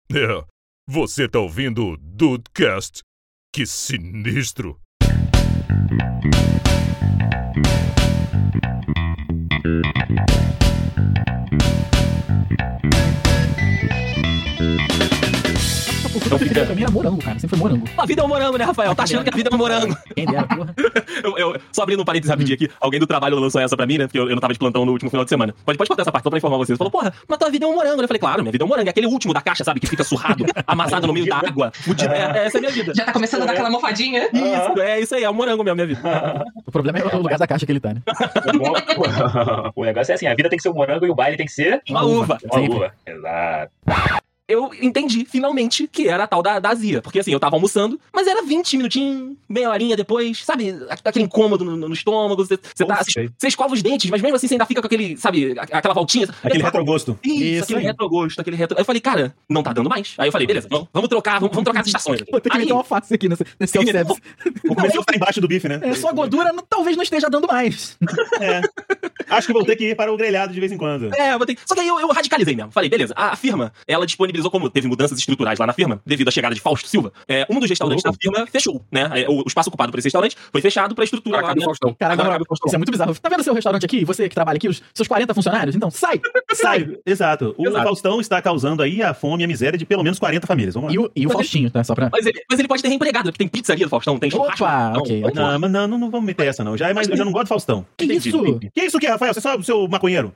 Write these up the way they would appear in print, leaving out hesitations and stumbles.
É, você tá ouvindo o Dudecast? Que sinistro! O que pra mim era morango, cara. Sempre foi morango. A vida é um morango, né, Rafael? Tá achando que a vida é um morango. Quem dera, porra. Só abrindo um parênteses rapidinho aqui, alguém do trabalho lançou essa pra mim, né? Porque eu não tava de plantão no último final de semana. Pode cortar essa parte só pra informar vocês. Falou, porra, mas tua vida é um morango. Eu falei, claro, minha vida é um morango. É aquele último da caixa, sabe? Que fica surrado, amassado no meio da água. Essa é a minha vida. Já tá começando a dar aquela mofadinha? Isso aí, é um morango mesmo, minha vida. O problema é o lugar da caixa que ele tá, né? O negócio é assim, a vida tem que ser um morango e o baile tem que ser Uma uva. uma uva. Exato. Eu entendi, finalmente, que era a tal da azia. Porque assim, eu tava almoçando, mas era 20 minutinhos, meia horinha depois, sabe? Aquele incômodo no estômago, você escova os dentes, mas mesmo assim você ainda fica com aquele, sabe, aquela voltinha. Aquele retrogosto. Isso, aquele retrogosto, Aí eu falei, cara, não tá dando mais. Aí eu falei, beleza, vamos trocar as estações. Vou ter que meter uma face aqui nesse self-service. O começo tá embaixo do bife, né? É, sua gordura talvez não esteja dando mais. É. Acho que vou ter que ir para o grelhado de vez em quando. Eu vou ter. Só que aí eu radicalizei mesmo. Falei, beleza, a firma, ela disponibilizou, como teve mudanças estruturais lá na firma, devido à chegada de Fausto Silva, um dos restaurantes da firma fechou, né? O espaço ocupado por esse restaurante foi fechado pra estrutura lá, né? Caraca, isso é muito bizarro. Tá vendo seu restaurante aqui? Você que trabalha aqui, os seus 40 funcionários? Então, sai! Exato. O Faustão está causando aí a fome e a miséria de pelo menos 40 famílias. Vamos lá. E o Faustinho, tá? Só pra... Mas ele pode ter reempregado, porque tem pizzaria do Faustão, tem churrasco. Opa, ok. Não, mas não vamos meter essa, não. Mas eu já não gosto do Faustão. Que isso? Que isso que, Rafael? Você sabe o seu maconheiro?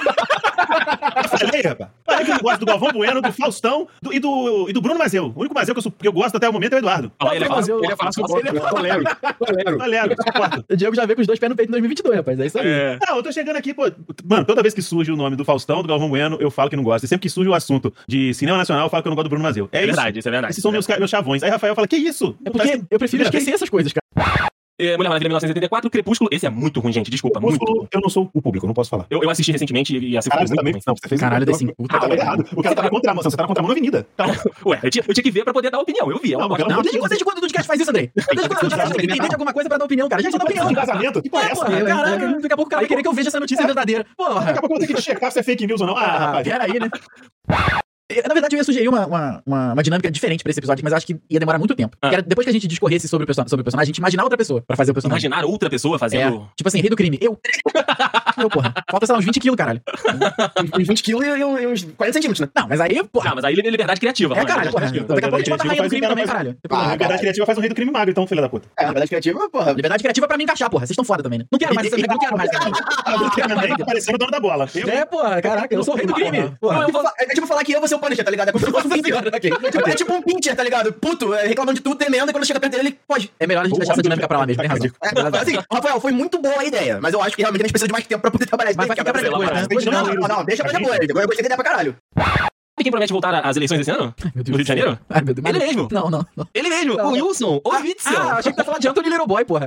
Falei, rapaz. Falei que eu não gosto do Galvão Bueno, do Faustão e do Bruno Mazeu. O único Mazeu que eu gosto até o momento é o Eduardo. Ele é fácil. Tolero. O Diego já veio com os dois pés no peito em 2022, rapaz. É isso aí. Não, eu tô chegando aqui, pô. Mano, toda vez que surge o nome do Faustão, do Galvão Bueno, eu falo que não gosto. E sempre que surge o assunto de cinema nacional, eu falo que eu não gosto do Bruno Mazeu. É verdade, isso é verdade. Esses são meus chavões. Aí Rafael fala, que isso? É porque eu prefiro esquecer essas coisas, cara. Mulher Maravilha 1984, Crepúsculo. Esse é muito ruim, gente. Desculpa, muito. Eu não sou o público, não posso falar. Eu assisti recentemente e assim foi muito ruim. Não, você fez Caralho, desse puta. Tá errado. O cara tá na contramão. Você tá na contramão na avenida. Ué, eu tinha que ver pra poder dar opinião. Eu vi. Não, desde quando o Dudcast faz isso, Andrei? Desde quando o Dudcast tem que entender de alguma coisa pra dar opinião, cara? A gente dá opinião. Um casamento? Que porra é essa? Caraca, daqui a pouco o cara vai querer que eu veja essa notícia verdadeira. Porra. Daqui a pouco eu vou ter que checar se é fake news ou não. Rapaz. Peraí, né? Na verdade, eu ia sugerir uma dinâmica diferente pra esse episódio, mas eu acho que ia demorar muito tempo. Que era, depois que a gente discorresse sobre o personagem, a gente imaginar outra pessoa pra fazer o personagem. Imaginar outra pessoa fazendo... Tipo assim, rei do crime. Eu, porra. Falta, sei lá, uns 20 quilos, caralho. Uns 20 quilos e uns 40 centímetros, né? Não, mas aí, porra. Não, mas aí é liberdade criativa. Caralho, porra. Daqui a pouco a gente bota a rainha do crime também, caralho. Liberdade criativa faz um rei do crime magro, então, filha da puta. Liberdade criativa, porra. Liberdade criativa pra me encaixar, porra. Vocês estão foda também, né? Não quero mais essa regra, não quero mais. Tá parecendo o dono da bola. Porra, caraca, eu sou o rei do crime. É tipo falar que eu vou ser o Punisher, tá ligado? É como se eu fosse um senhor. É tipo um pincher, tá ligado? Puto, reclamando de tudo, tremendo, e quando chega perto dele, ele foge. É melhor a gente deixar essa dinâmica pra lá mesmo, tem razão. Assim, Rafael, foi muito boa a ideia, mas eu acho que realmente a gente precisa de mais tempo pra poder trabalhar isso. Mas vai ficar pra depois, né? Não, deixa pra depois. Eu gostei da ideia pra caralho. Sabe quem promete voltar às eleições esse ano? No Rio de Janeiro? Ai, meu Deus. Ele mesmo. Não. Ele mesmo. O Wilson. O Witzel. Achei que tá falando de Anthony Little Boy, porra.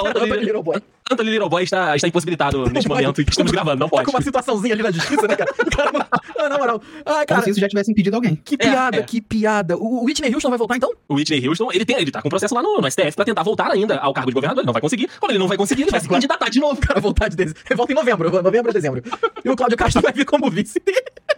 Anthony Little Boy está impossibilitado neste momento em que estamos gravando, não pode. Tá com uma situaçãozinha ali na justiça, né, cara? O cara não... Na moral. Ai, cara. Como se isso já tivesse impedido alguém. Que piada. O Whitney Houston vai voltar, então? O Whitney Houston, ele tá com um processo lá no STF pra tentar voltar ainda ao cargo de governador. Ele não vai conseguir. Quando ele não vai conseguir, ele vai se candidatar de novo. Cara, volta em novembro ou dezembro. E o Cláudio Castro vai vir como vice dele.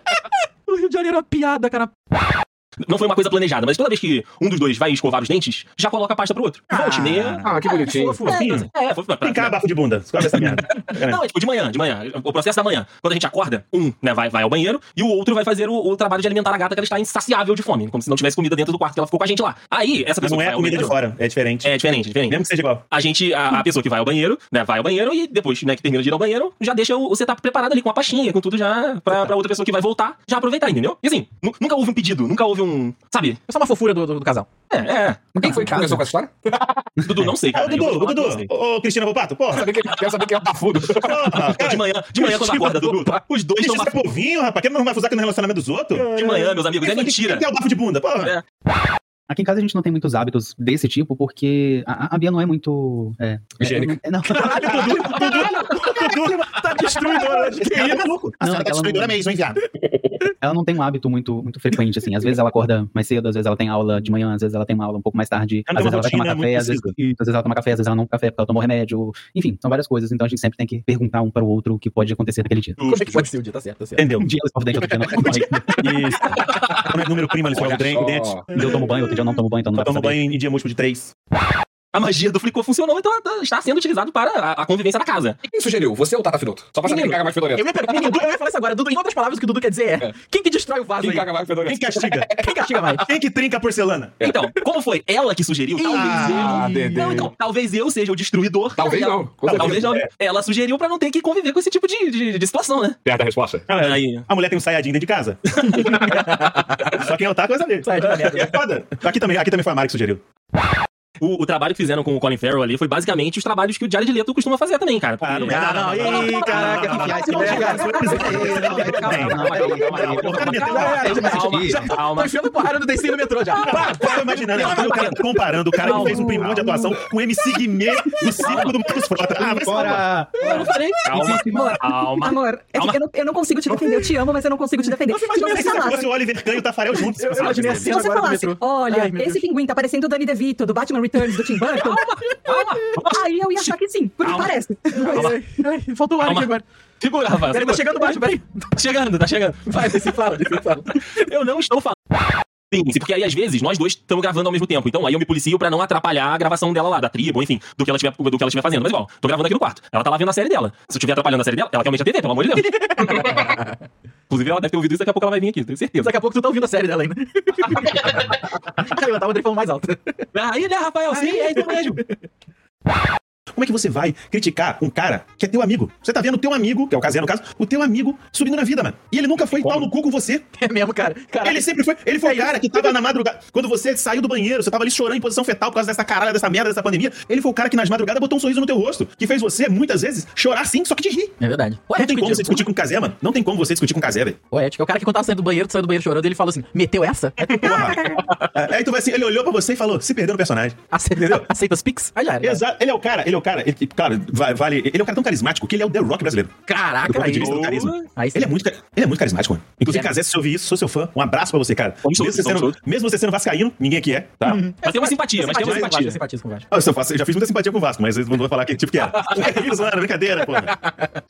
O Rio de Janeiro é uma piada, cara. Não foi uma coisa planejada, mas toda vez que um dos dois vai escovar os dentes, já coloca a pasta pro outro. Volte meia. Que bonitinho. Tem cá, bafo de bunda. Escolhe essa merda. Não, é tipo de manhã. O processo da manhã. Quando a gente acorda, né, vai ao banheiro e o outro vai fazer o trabalho de alimentar a gata, que ela está insaciável de fome. Como se não tivesse comida dentro do quarto, que ela ficou com a gente lá. Aí, essa pessoa. Mas não é comida de fora, é diferente. É diferente. Mesmo que seja igual. A pessoa que vai ao banheiro, né, e depois, né, que termina de ir ao banheiro, já deixa o setup preparado ali com a pastinha, com tudo já, pra outra pessoa que vai voltar, já aproveitar, entendeu? E assim, nunca houve um pedido, nunca houve um. Sabe? É só uma fofura do casal. Quem foi que começou com essa história? Dudu, não sei, cara. Dudu. Ô, Cristina Volpato, porra. Quero saber quem é o Tafudo. De manhã quando acorda, Dudu, os dois Deixa estão esse povinho, rapaz. Quem não vai fusar aqui no relacionamento dos outros? de manhã, meus amigos. É mentira. Quem é o bafo de bunda, porra? Aqui em casa a gente não tem muitos hábitos desse tipo, porque a Bia não é muito... Higiênica. Não. Caralho, Dudu. Dudu tá destruidora. Que Ela é isso? maluco. A Não, senhora tá ela destruidora não- mesmo, hein, viado? Ela não tem um hábito muito frequente, assim. Às vezes ela acorda mais cedo, às vezes ela tem aula de manhã, às vezes ela tem uma aula um pouco mais tarde, Ela às tem vezes uma ela vai tomar rotina café, muito às vezes ela toma café, às vezes ela não toma café porque ela tomou remédio. Enfim, são várias coisas. Então a gente sempre tem que perguntar um para o outro o que pode acontecer naquele dia. Como é que pode ser o dia? Tá certo, tá certo. Entendeu? Um dia ela escova o dente, outro dia não. Isso. Como é que número primo, ela escova o dente. Um dia eu tomo banho, outro dia eu não tomo banho, então não Eu dá pra tomo saber. banho em dia múltiplo de 3. A magia do Flicô funcionou, então está sendo utilizado para a convivência da casa. Quem sugeriu? Você ou o Tata Finoto? Só pra saber quem caga mais fedorento. Eu ia perguntar, eu ia falar isso agora. Dudu, em outras palavras, o que o Dudu quer dizer é: quem que destrói o vaso Quem aí? caga mais fedorento? Quem castiga? Quem castiga mais? Quem que trinca a porcelana? Então, como foi ela que sugeriu, talvez Dedê. Não, então, talvez eu seja o destruidor. Talvez Ela- não. Com certeza. Talvez não. Ela sugeriu pra não ter que conviver com esse tipo de situação, né? Certa resposta. Aí. A mulher tem um saiadinho dentro de casa. Só quem é otaku vai saber. Saiadinho da merda. É foda. Aqui também foi a Mari que sugeriu. O trabalho que fizeram com o Colin Farrell ali foi basicamente os trabalhos que o Jared Leto costuma fazer também, cara. Ah, não Porque- é. Não, Ih, caraca, enfiar esse Não, pé, cara, Calma. Tô enfiando porrada no DC no metrô já. Eu tô imaginando, o cara comparando o cara que fez um primor de atuação com o MC Guimê do circo do Marcos Frota. Ah, vai se Fora! Eu não falei. Calma. Amor, é que eu não consigo te defender. Eu te amo, mas eu não consigo te defender. Se você Se fosse falasse, o Oliver Kahn e o Tafarel juntos. Eu imaginei a se cena você agora do falasse, metrô. olha, Ai, meu esse Deus. pinguim tá parecendo o Danny DeVito, do Batman Returns, do Tim Burton. Aí eu ia achar que sim, porque Calma. parece. Ai, faltou o ar aqui Calma. agora. Segura, Rafael. Peraí, tá segura. chegando baixo, peraí. Tá chegando. Vai, DC fala, DC fala. Eu não estou falando. Sim, porque aí às vezes nós dois estamos gravando ao mesmo tempo. Então aí eu me policio pra não atrapalhar a gravação dela lá, da tribo, enfim, do que ela estiver fazendo. Mas igual, tô gravando aqui no quarto. Ela tá lá vendo a série dela. Se eu estiver atrapalhando a série dela, ela quer aumentar a TV, pelo amor de Deus. Inclusive, ela deve ter ouvido isso, daqui a pouco ela vai vir aqui, tenho certeza. Daqui a pouco tu tá ouvindo a série dela ainda. Cara, eu tava falando mais alto. Aí, né, Rafael? Sim, é isso mesmo. Como é que você vai criticar um cara que é teu amigo? Você tá vendo o teu amigo, que é o Casé no caso, o teu amigo subindo na vida, mano. E ele nunca foi pau no cu com você. É mesmo, cara. Caraca. Ele sempre foi. Ele foi o cara que tava na madrugada. Quando você saiu do banheiro, você tava ali chorando em posição fetal por causa dessa caralho, dessa merda, dessa pandemia. Ele foi o cara que nas madrugadas botou um sorriso no teu rosto. Que fez você, muitas vezes, chorar sim, só que te rir. É verdade. Não tem como você discutir com o Casé, mano. Não tem como você discutir com o Casé, velho. O ético é o cara que quando tava saindo do banheiro, tu saiu do banheiro chorando, ele falou assim: meteu essa? Aí tu vai assim, ele olhou pra você e falou, se perdeu no personagem. Aceita os pics? Aí já era. Exato. Ele é o cara, claro, vale. Ele é um cara tão carismático que ele é o The Rock brasileiro. Do Caraca, ponto de aí. vista do carisma. Aí sim. Ele é muito carismático, mano. Inclusive, Casé, se você ouvir isso, sou seu fã. Um abraço pra você, cara. Mesmo você sendo vascaíno, ninguém aqui é, tá? Mas tem uma simpatia, mas tem uma simpatia. Simpatias com o Vasco. Ah, eu já fiz muita simpatia com o Vasco, mas eles não vão falar que tipo que é. Isso, mano, brincadeira, pô.